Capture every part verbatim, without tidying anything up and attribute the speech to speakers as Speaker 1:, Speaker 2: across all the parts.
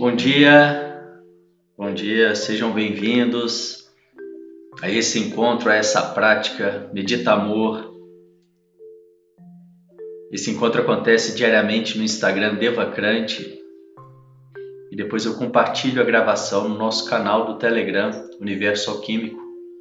Speaker 1: Bom dia, bom dia, sejam bem-vindos a esse encontro, a essa prática Medita Amor. Esse encontro acontece diariamente no Instagram Devacrante e depois eu compartilho a gravação no nosso canal do Telegram, Universo Alquímico.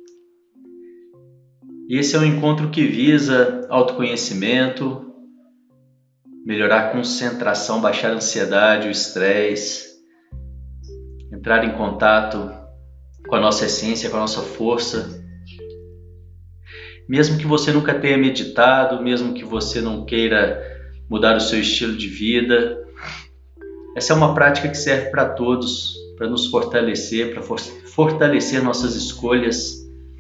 Speaker 1: E esse é um encontro que visa autoconhecimento, melhorar a concentração, baixar a ansiedade, o estresse, entrar em contato com a nossa essência, com a nossa força. Mesmo que você nunca tenha meditado, mesmo que você não queira mudar o seu estilo de vida, essa é uma prática que serve para todos, para nos fortalecer, para fortalecer nossas escolhas.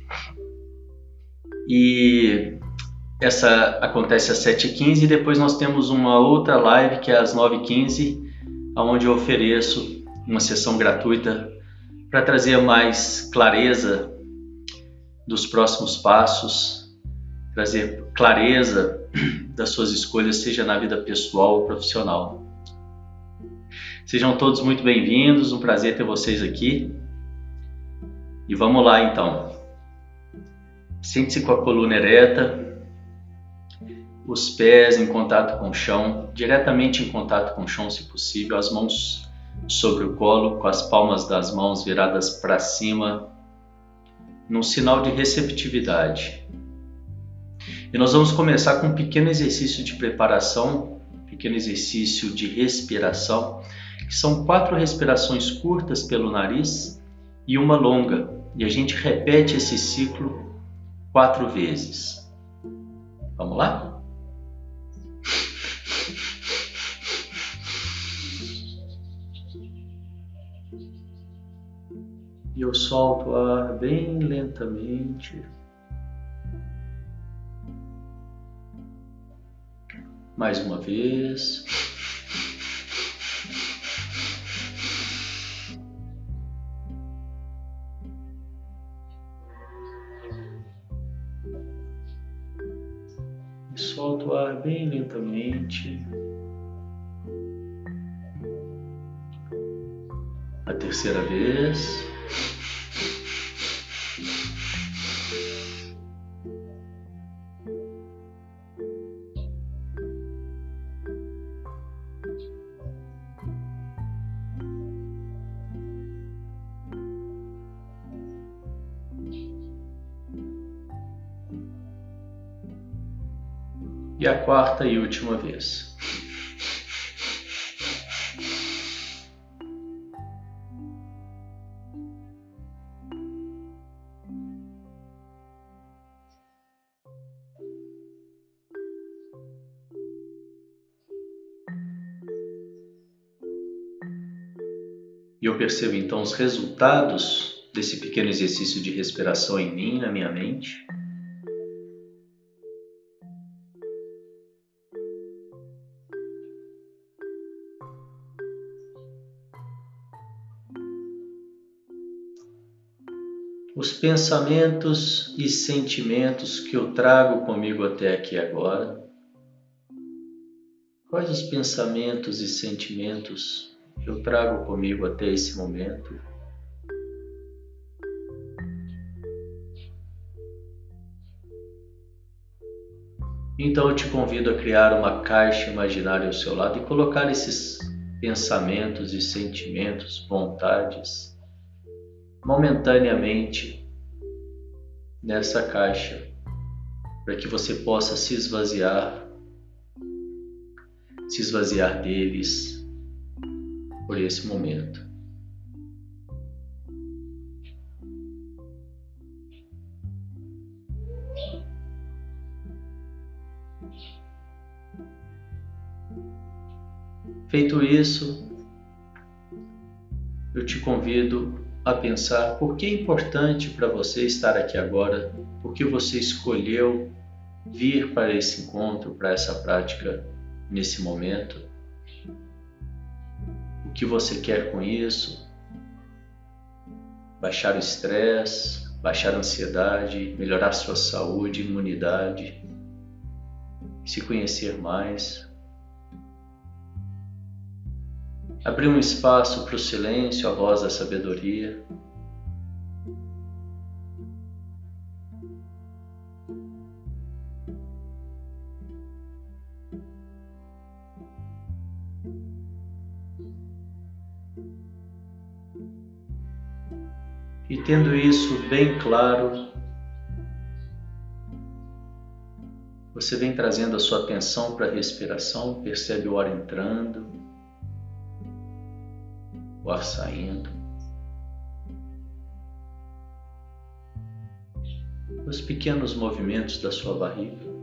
Speaker 1: E essa acontece às sete e quinze e depois nós temos uma outra live que é às nove e quinze, onde eu ofereço uma sessão gratuita para trazer mais clareza dos próximos passos, trazer clareza das suas escolhas, seja na vida pessoal ou profissional. Sejam todos muito bem-vindos, um prazer ter vocês aqui. E vamos lá então. Sente-se com a coluna ereta, os pés em contato com o chão, diretamente em contato com o chão se possível, as mãos sobre o colo, com as palmas das mãos viradas para cima, num sinal de receptividade. E nós vamos começar com um pequeno exercício de preparação, um pequeno exercício de respiração, que são quatro respirações curtas pelo nariz e uma longa. E a gente repete esse ciclo quatro vezes. Vamos lá? E eu solto o ar bem lentamente. Mais uma vez. E solto o ar bem lentamente. A terceira vez. E a quarta e última vez. E eu percebo então os resultados desse pequeno exercício de respiração em mim, na minha mente. Os pensamentos e sentimentos que eu trago comigo até aqui agora. Quais os pensamentos e sentimentos que eu trago comigo até esse momento? Então eu te convido a criar uma caixa imaginária ao seu lado e colocar esses pensamentos e sentimentos, vontades, momentaneamente nessa caixa, para que você possa se esvaziar, se esvaziar deles por esse momento. Feito isso, eu te convido a pensar por que é importante para você estar aqui agora, por que você escolheu vir para esse encontro, para essa prática nesse momento, o que você quer com isso, baixar o estresse, baixar a ansiedade, melhorar sua saúde, imunidade, se conhecer mais. Abrir um espaço para o silêncio, a voz da sabedoria. E tendo isso bem claro, você vem trazendo a sua atenção para a respiração, percebe o ar entrando, o ar saindo, os pequenos movimentos da sua barriga.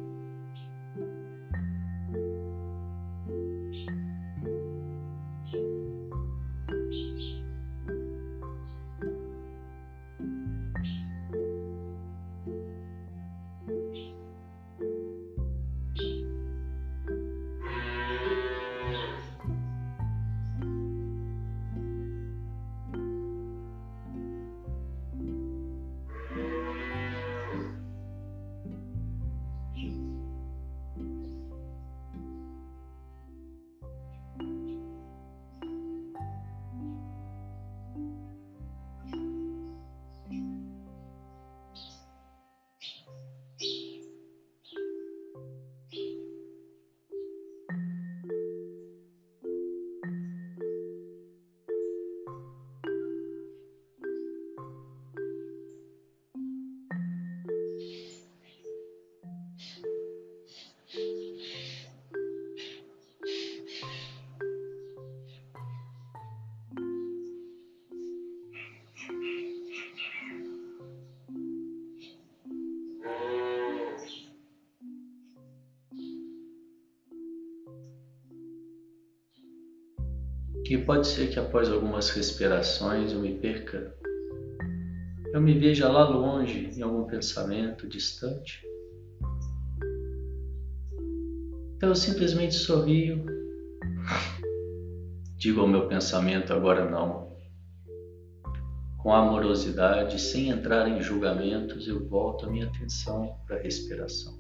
Speaker 1: E pode ser que após algumas respirações eu me perca, eu me veja lá longe em algum pensamento distante. Então eu simplesmente sorrio, digo ao meu pensamento agora não. Com amorosidade, sem entrar em julgamentos, eu volto a minha atenção para a respiração.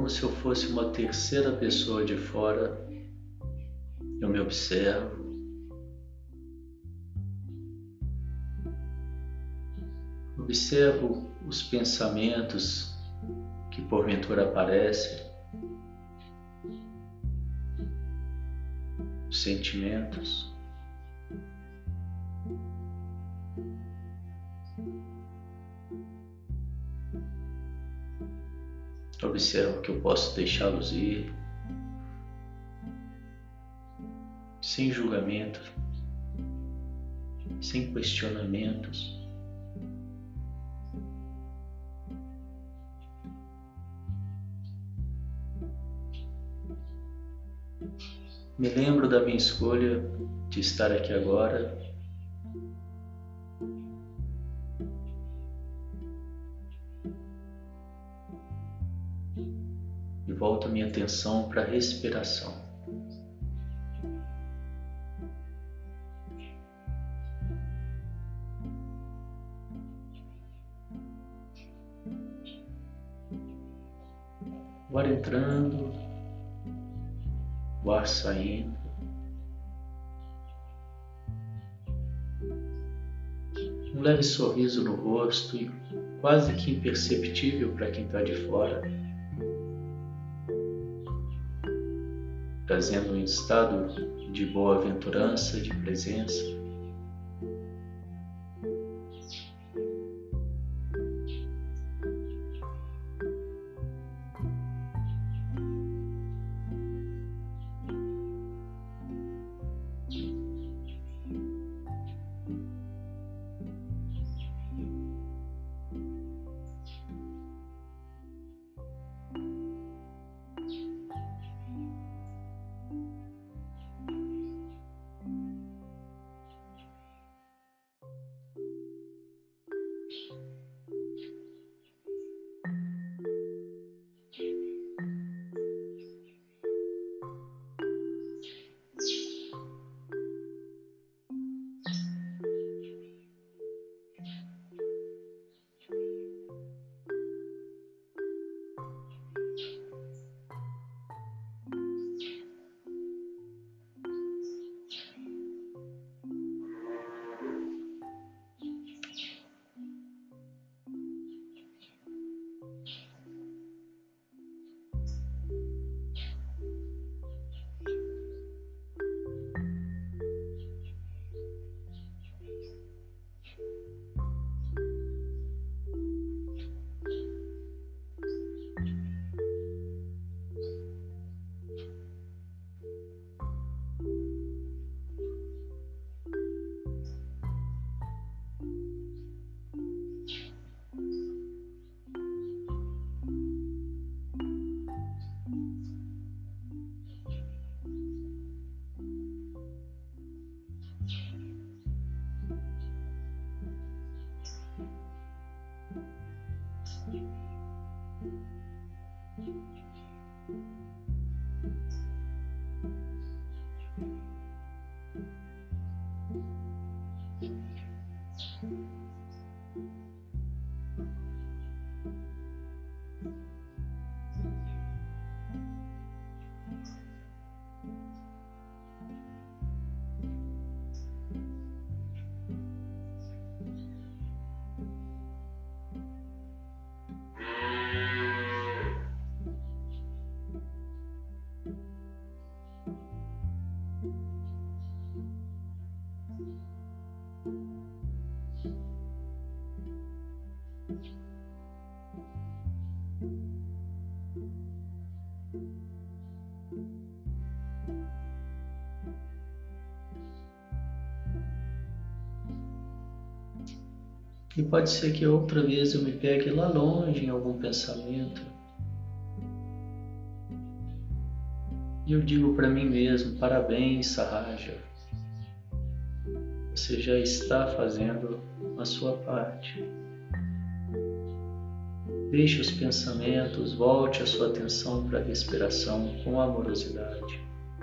Speaker 1: como se eu fosse uma terceira pessoa de fora. Eu me observo. Observo os pensamentos que porventura aparecem, os sentimentos. Observo que eu posso deixá-los ir, sem julgamento, sem questionamentos. Me lembro da minha escolha de estar aqui agora. E volto a minha atenção para a respiração. O ar entrando, o ar saindo. Um leve sorriso no rosto, quase que imperceptível para quem está de fora, trazendo um estado de boa-aventurança, de presença. E pode ser que outra vez eu me pegue lá longe em algum pensamento. E eu digo para mim mesmo: parabéns, Sahaja. Você já está fazendo a sua parte. Deixe os pensamentos, volte a sua atenção para a respiração com amorosidade,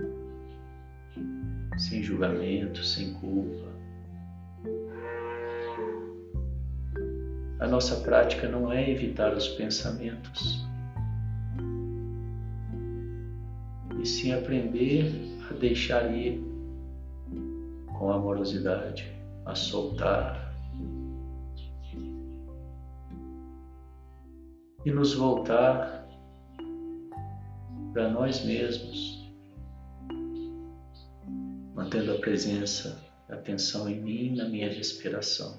Speaker 1: sem julgamento, sem culpa. A nossa prática não é evitar os pensamentos, e sim aprender a deixar ir com amorosidade, a soltar e nos voltar para nós mesmos, mantendo a presença, a atenção em mim, na minha respiração.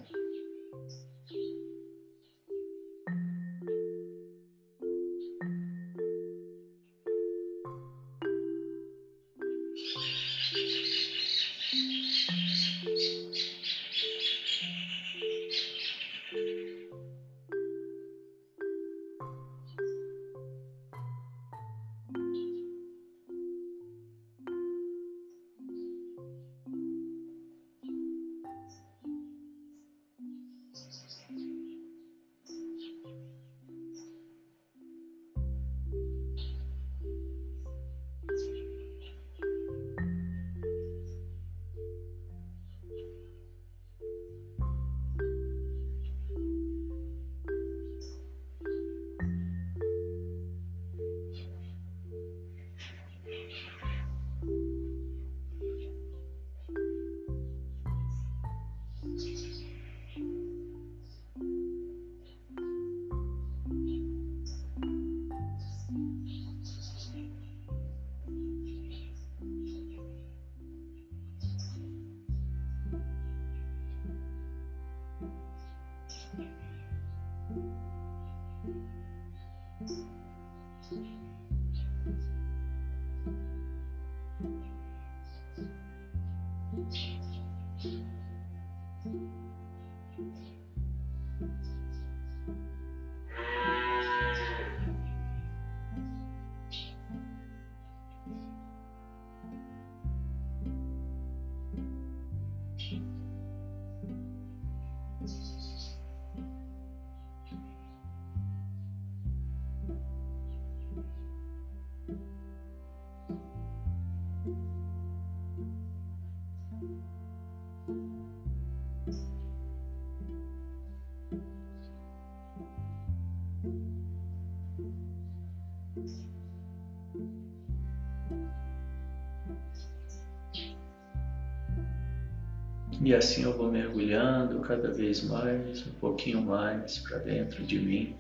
Speaker 1: E assim eu vou mergulhando cada vez mais, um pouquinho mais para dentro de mim,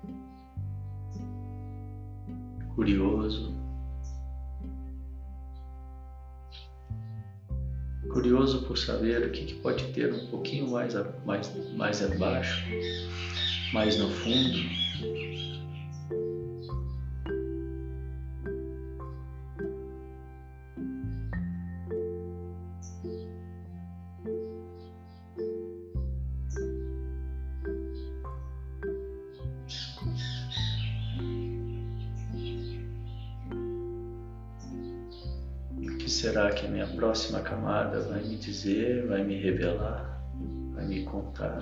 Speaker 1: curioso, curioso por saber o que, que pode ter um pouquinho mais, a, mais, mais abaixo, mais no fundo. O que será que a minha próxima camada vai me dizer, vai me revelar, vai me contar?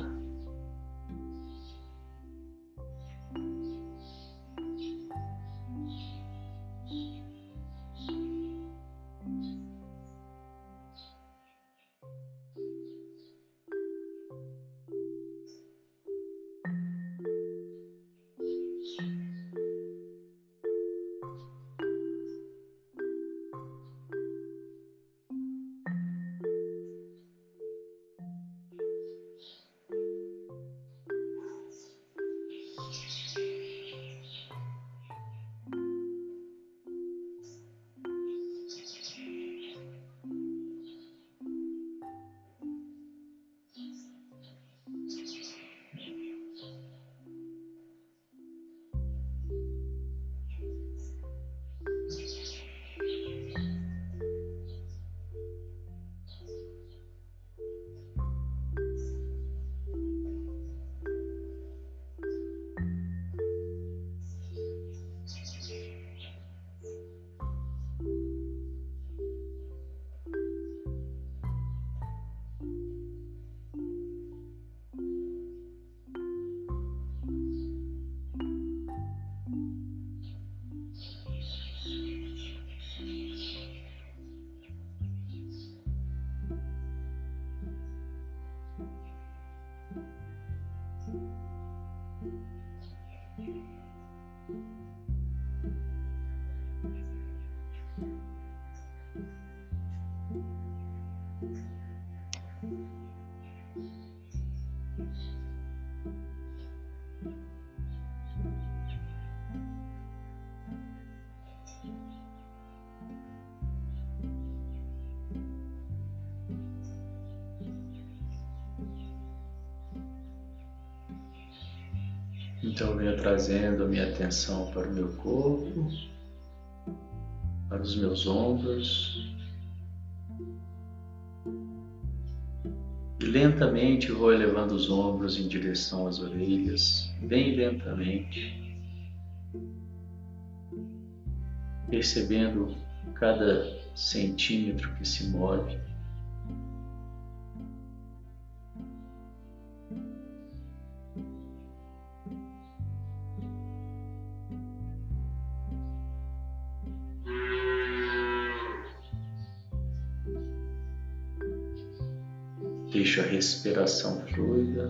Speaker 1: Então eu venho trazendo a minha atenção para o meu corpo, para os meus ombros. E lentamente vou elevando os ombros em direção às orelhas, bem lentamente, percebendo cada centímetro que se move. Deixo a respiração fluida.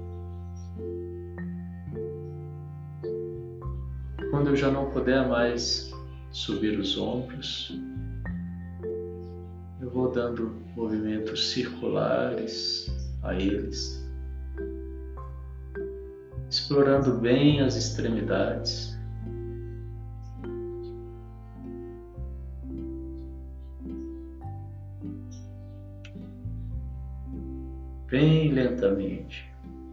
Speaker 1: Quando eu já não puder mais subir os ombros, eu vou dando movimentos circulares a eles, explorando bem as extremidades. Bem lentamente.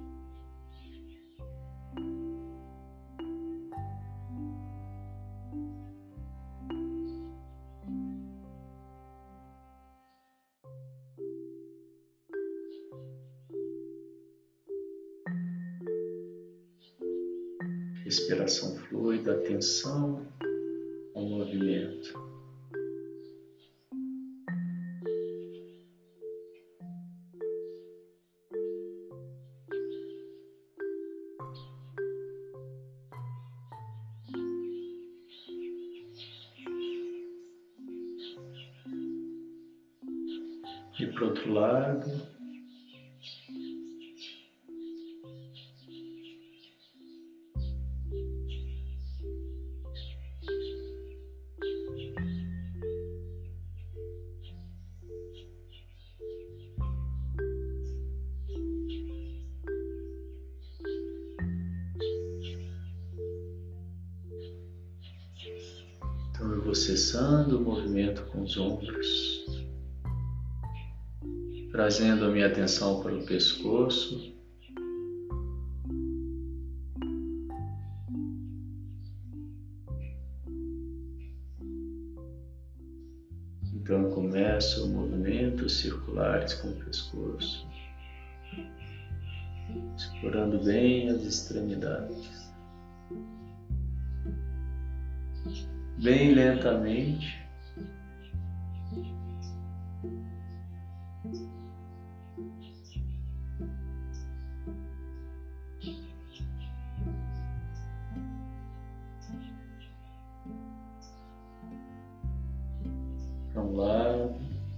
Speaker 1: Respiração fluida, atenção ao movimento. E para o outro lado. Então eu vou cessando o movimento com os ombros, trazendo a minha atenção para o pescoço. Então eu começo movimentos circulares com o pescoço, explorando bem as extremidades. Bem lentamente. Para um lado.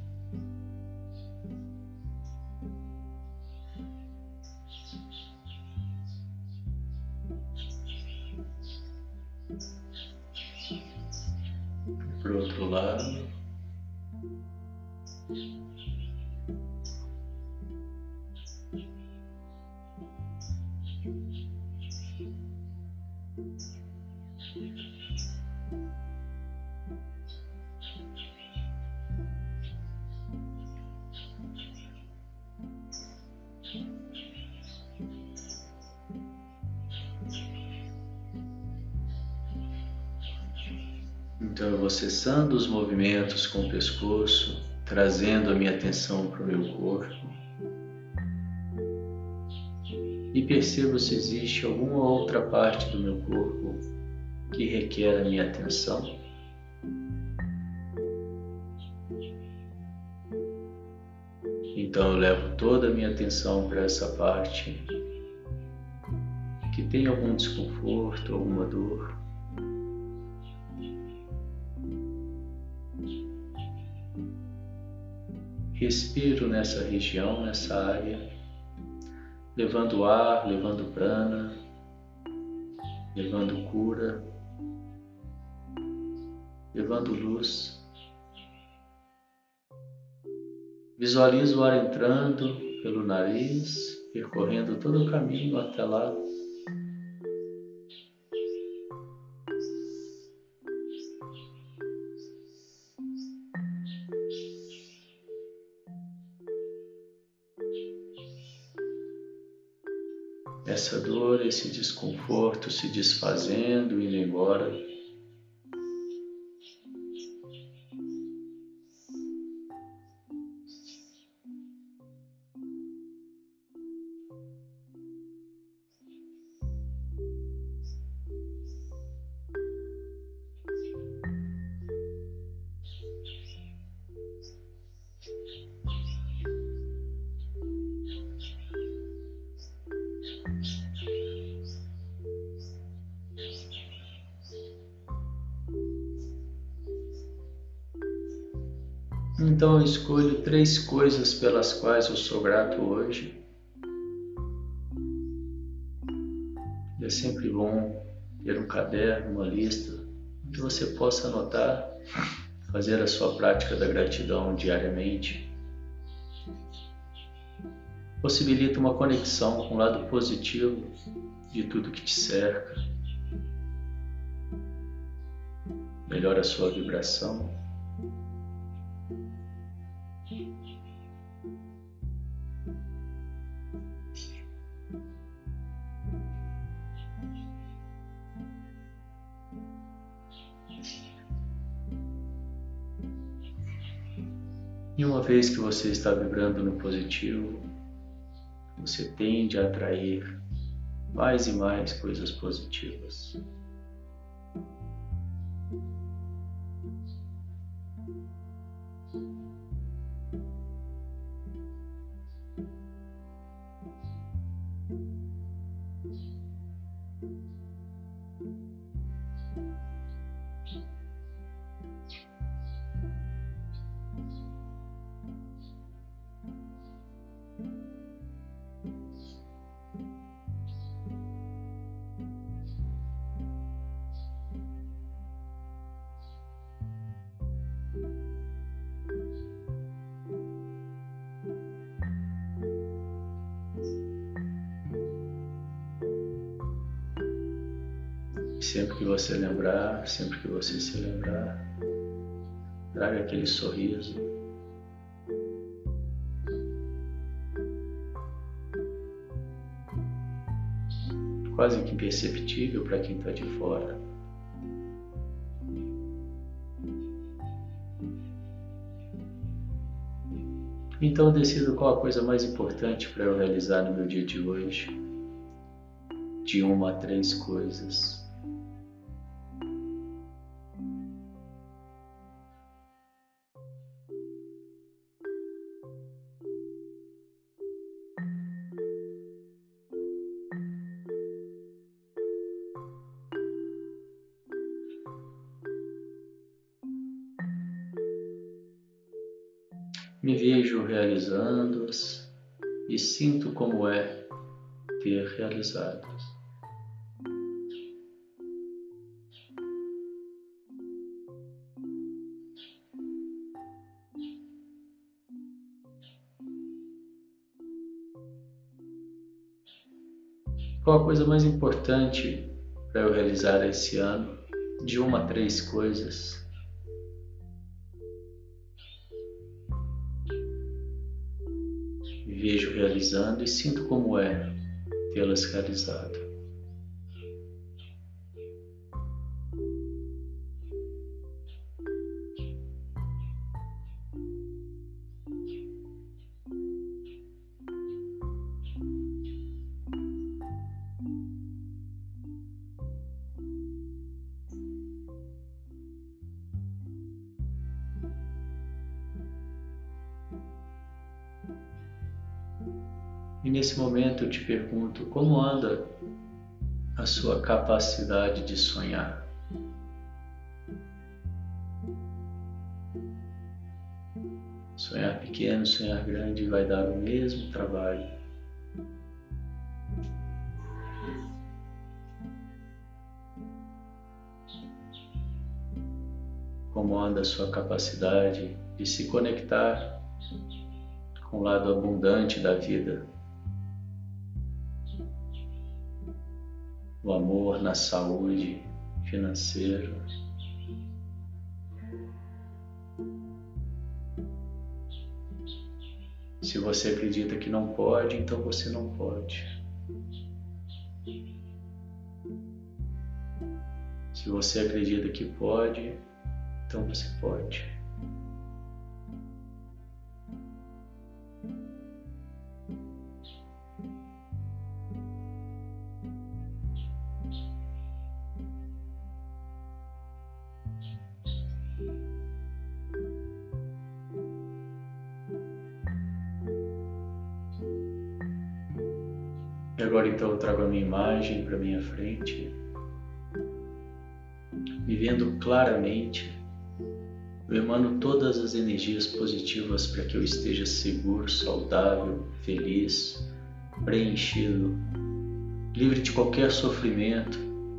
Speaker 1: Para o outro lado. Então eu vou cessando os movimentos com o pescoço, trazendo a minha atenção para o meu corpo e percebo se existe alguma outra parte do meu corpo que requer a minha atenção. Então eu levo toda a minha atenção para essa parte que tem algum desconforto, alguma dor. Respiro nessa região, nessa área, levando ar, levando prana, levando cura, levando luz. Visualizo o ar entrando pelo nariz, percorrendo todo o caminho até lá. essa dor, esse desconforto se desfazendo, indo embora. Então eu escolho três coisas pelas quais eu sou grato hoje. É sempre bom ter um caderno, uma lista, onde você possa anotar, fazer a sua prática da gratidão diariamente. Possibilita uma conexão com o lado positivo de tudo que te cerca. Melhora a sua vibração. E uma vez que você está vibrando no positivo, você tende a atrair mais e mais coisas positivas. Sempre que você lembrar, sempre que você se lembrar, traga aquele sorriso. Quase que imperceptível para quem está de fora. Então eu decido qual a coisa mais importante para eu realizar no meu dia de hoje. De uma a três coisas. Me vejo realizando-as e sinto como é ter realizado. Qual a coisa mais importante para eu realizar esse ano? De uma a três coisas. Me vejo realizando e sinto como é tê-las realizado. E nesse momento eu te pergunto, como anda a sua capacidade de sonhar? Sonhar pequeno, sonhar grande vai dar o mesmo trabalho. Como anda a sua capacidade de se conectar com o lado abundante da vida? O amor na saúde financeira. Se você acredita que não pode, então você não pode. Se você acredita que pode, então você pode. E agora então eu trago a minha imagem para minha frente, me vendo claramente. Eu emano todas as energias positivas para que eu esteja seguro, saudável, feliz, preenchido, livre de qualquer sofrimento,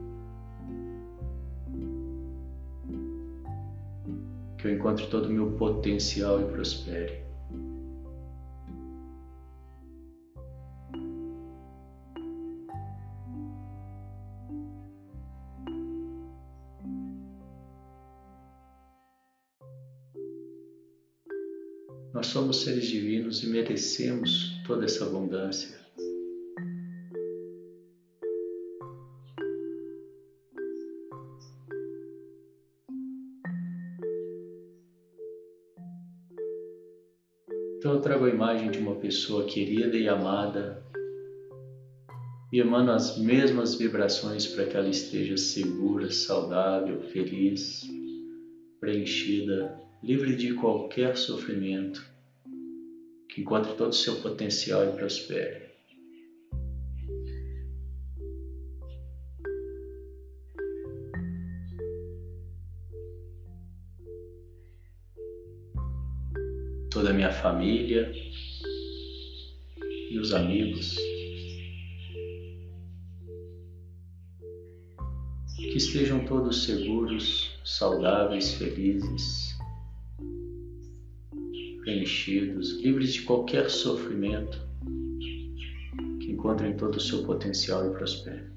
Speaker 1: que eu encontre todo o meu potencial e prospere. Nós somos seres divinos e merecemos toda essa abundância. Então eu trago a imagem de uma pessoa querida e amada e emano as mesmas vibrações para que ela esteja segura, saudável, feliz, preenchida, livre de qualquer sofrimento, que encontre todo o seu potencial e prospere. Toda a minha família e os amigos, que estejam todos seguros, saudáveis, felizes, preenchidos, livres de qualquer sofrimento, que encontrem todo o seu potencial e prosperem.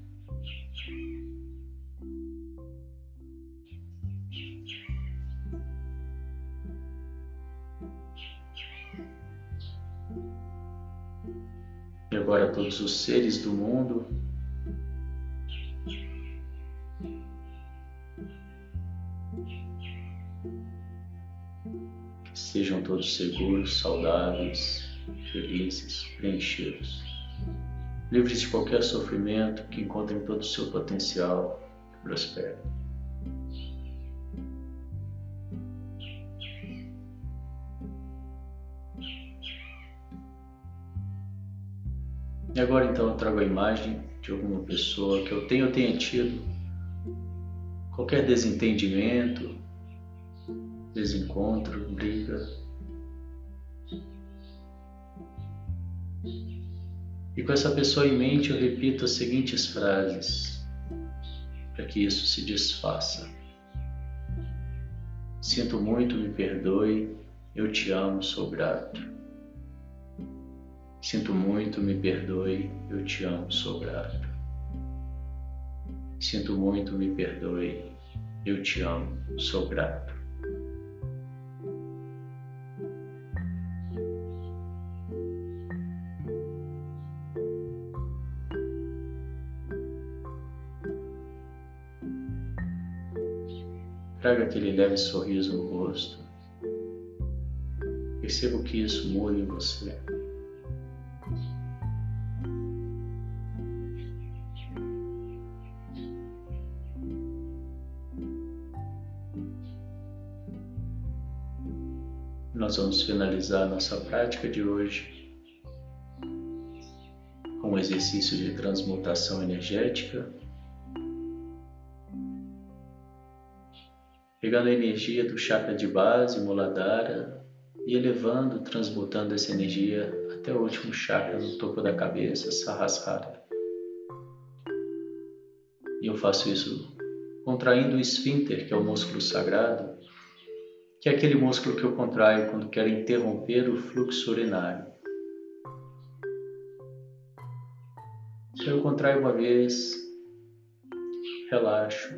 Speaker 1: E agora todos os seres do mundo sejam todos seguros, saudáveis, felizes, preenchidos, livres de qualquer sofrimento, que encontrem todo o seu potencial e prosperem. E agora então eu trago a imagem de alguma pessoa que eu tenho ou tenha tido qualquer desentendimento, desencontro, briga. E com essa pessoa em mente eu repito as seguintes frases para que isso se desfaça. Sinto muito, me perdoe, eu te amo, sou grato. Sinto muito, me perdoe, eu te amo, sou grato. Sinto muito, me perdoe, eu te amo, sou grato. Traga aquele leve sorriso no rosto. Perceba que isso muda em você. Nós vamos finalizar nossa prática de hoje com um exercício de transmutação energética, pegando a energia do chakra de base, Muladhara, e elevando, transmutando essa energia até o último chakra no topo da cabeça, Sahasrara. E eu faço isso contraindo o esfíncter, que é o músculo sagrado, que é aquele músculo que eu contraio quando quero interromper o fluxo urinário. Então eu contraio uma vez, relaxo.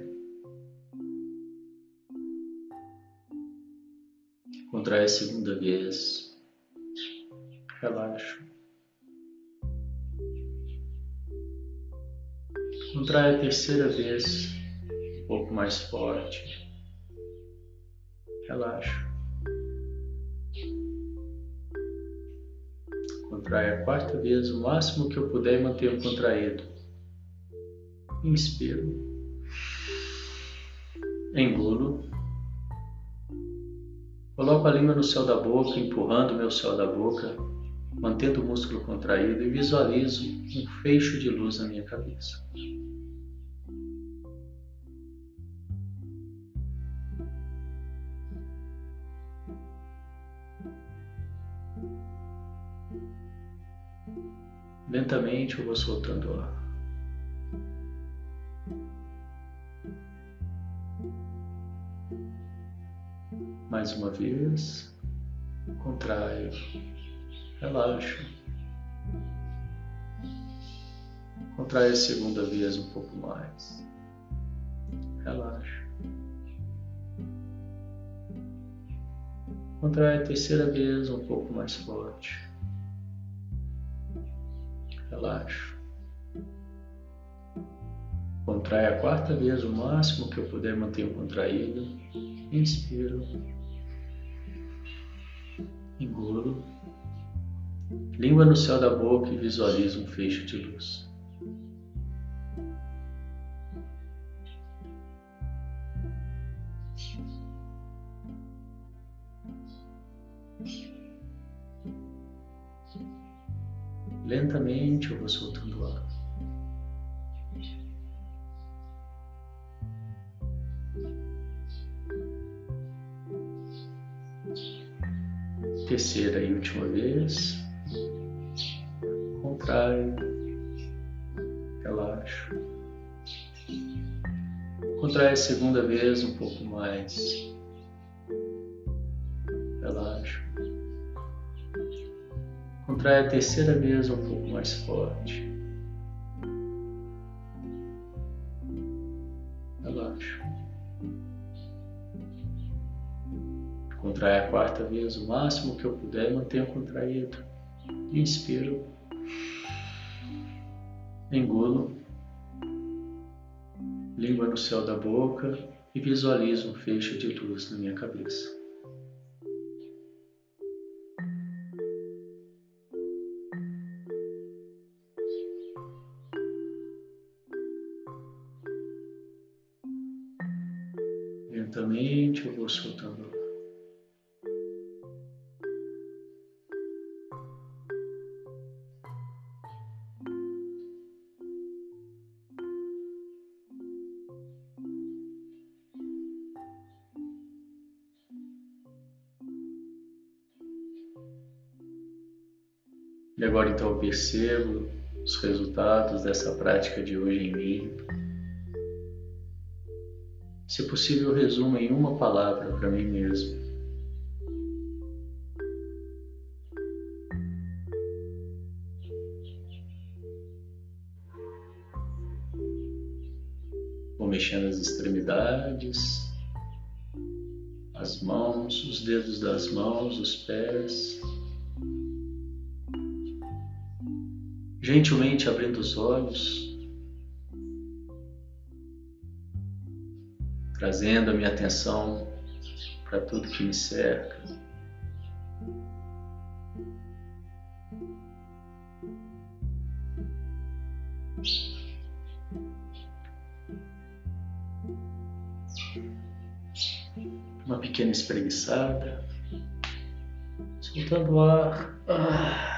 Speaker 1: Contrai a segunda vez, relaxo. Contrai a terceira vez, um pouco mais forte. Relaxa. Contrai a quarta vez, o máximo que eu puder e mantenho contraído. Inspiro. Engulo. Coloco a língua no céu da boca, empurrando o meu céu da boca, mantendo o músculo contraído e visualizo um feixe de luz na minha cabeça. Lentamente eu vou soltando o ar. Mais uma vez, contraio, relaxo. Contraio a segunda vez um pouco mais, relaxo. Contraio a terceira vez um pouco mais forte, relaxo. Contraio a quarta vez, o máximo que eu puder manter contraído. Inspiro. Engulo. Língua no céu da boca e visualizo um feixe de luz. Lentamente eu vou soltando o ar. Terceira e última vez. Contraio. Relaxo. Contraio a segunda vez um pouco mais. Relaxo. Contrai a terceira vez um pouco mais forte. Relaxo. Contrai a quarta vez o máximo que eu puder e mantenho contraído. Inspiro. Engulo. Língua no céu da boca e visualizo um feixe de luz na minha cabeça. Lentamente eu vou soltando o ar. E agora então eu percebo os resultados dessa prática de hoje em mim. Se possível, resuma em uma palavra para mim mesmo. Vou mexendo as extremidades, as mãos, os dedos das mãos, os pés. Gentilmente abrindo os olhos, trazendo a minha atenção para tudo que me cerca. Uma pequena espreguiçada, soltando o ar. Ah.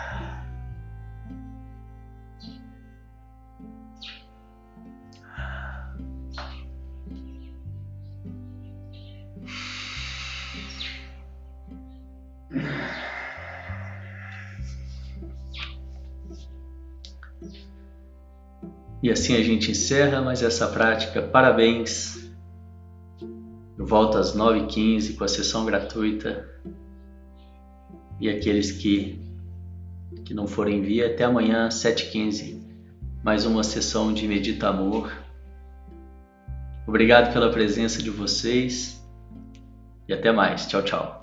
Speaker 1: E assim a gente encerra mais essa prática. Parabéns! Eu volto às nove e quinze com a sessão gratuita. E aqueles que, que não forem vir, até amanhã, sete e quinze, mais uma sessão de Medita Amor. Obrigado pela presença de vocês e até mais. Tchau, tchau.